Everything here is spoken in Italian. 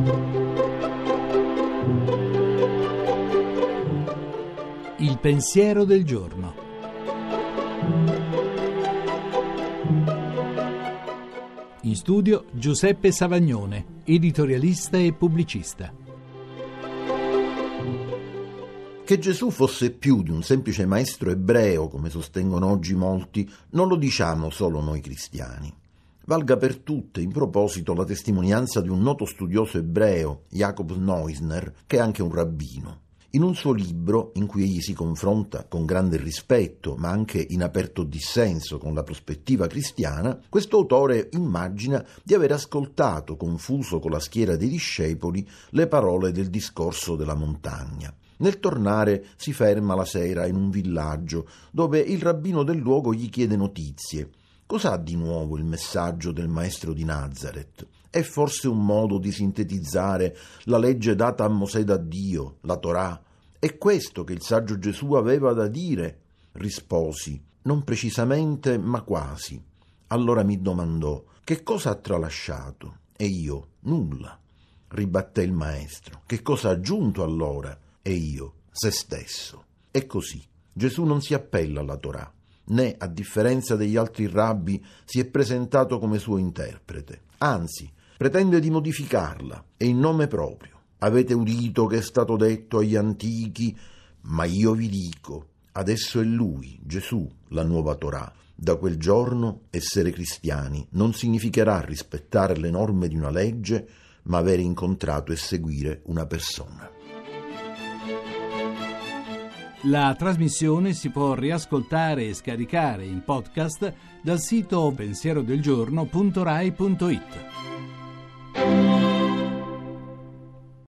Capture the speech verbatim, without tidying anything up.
Il pensiero del giorno. In studio Giuseppe Savagnone, editorialista e pubblicista. Che Gesù fosse più di un semplice maestro ebreo, come sostengono oggi molti, non lo diciamo solo noi cristiani. Valga per tutte, in proposito, la testimonianza di un noto studioso ebreo, Jacob Neusner, che è anche un rabbino. In un suo libro, in cui egli si confronta con grande rispetto, ma anche in aperto dissenso con la prospettiva cristiana, questo autore immagina di aver ascoltato, confuso con la schiera dei discepoli, le parole del discorso della montagna. Nel tornare si ferma la sera in un villaggio dove il rabbino del luogo gli chiede notizie. Cos'ha di nuovo il messaggio del maestro di Nazareth? È forse un modo di sintetizzare la legge data a Mosè da Dio, la Torah? È questo che il saggio Gesù aveva da dire? Risposi, non precisamente, ma quasi. Allora mi domandò, che cosa ha tralasciato? E io, nulla. Ribatté il maestro, che cosa ha aggiunto allora? E io, se stesso. E così, Gesù non si appella alla Torah, né, a differenza degli altri rabbi, si è presentato come suo interprete. Anzi, pretende di modificarla, e in nome proprio. Avete udito che è stato detto agli antichi, ma io vi dico, adesso è Lui, Gesù, la nuova Torah. Da quel giorno essere cristiani non significherà rispettare le norme di una legge, ma avere incontrato e seguire una persona. La trasmissione si può riascoltare e scaricare in podcast dal sito pensierodelgiorno punto rai punto it.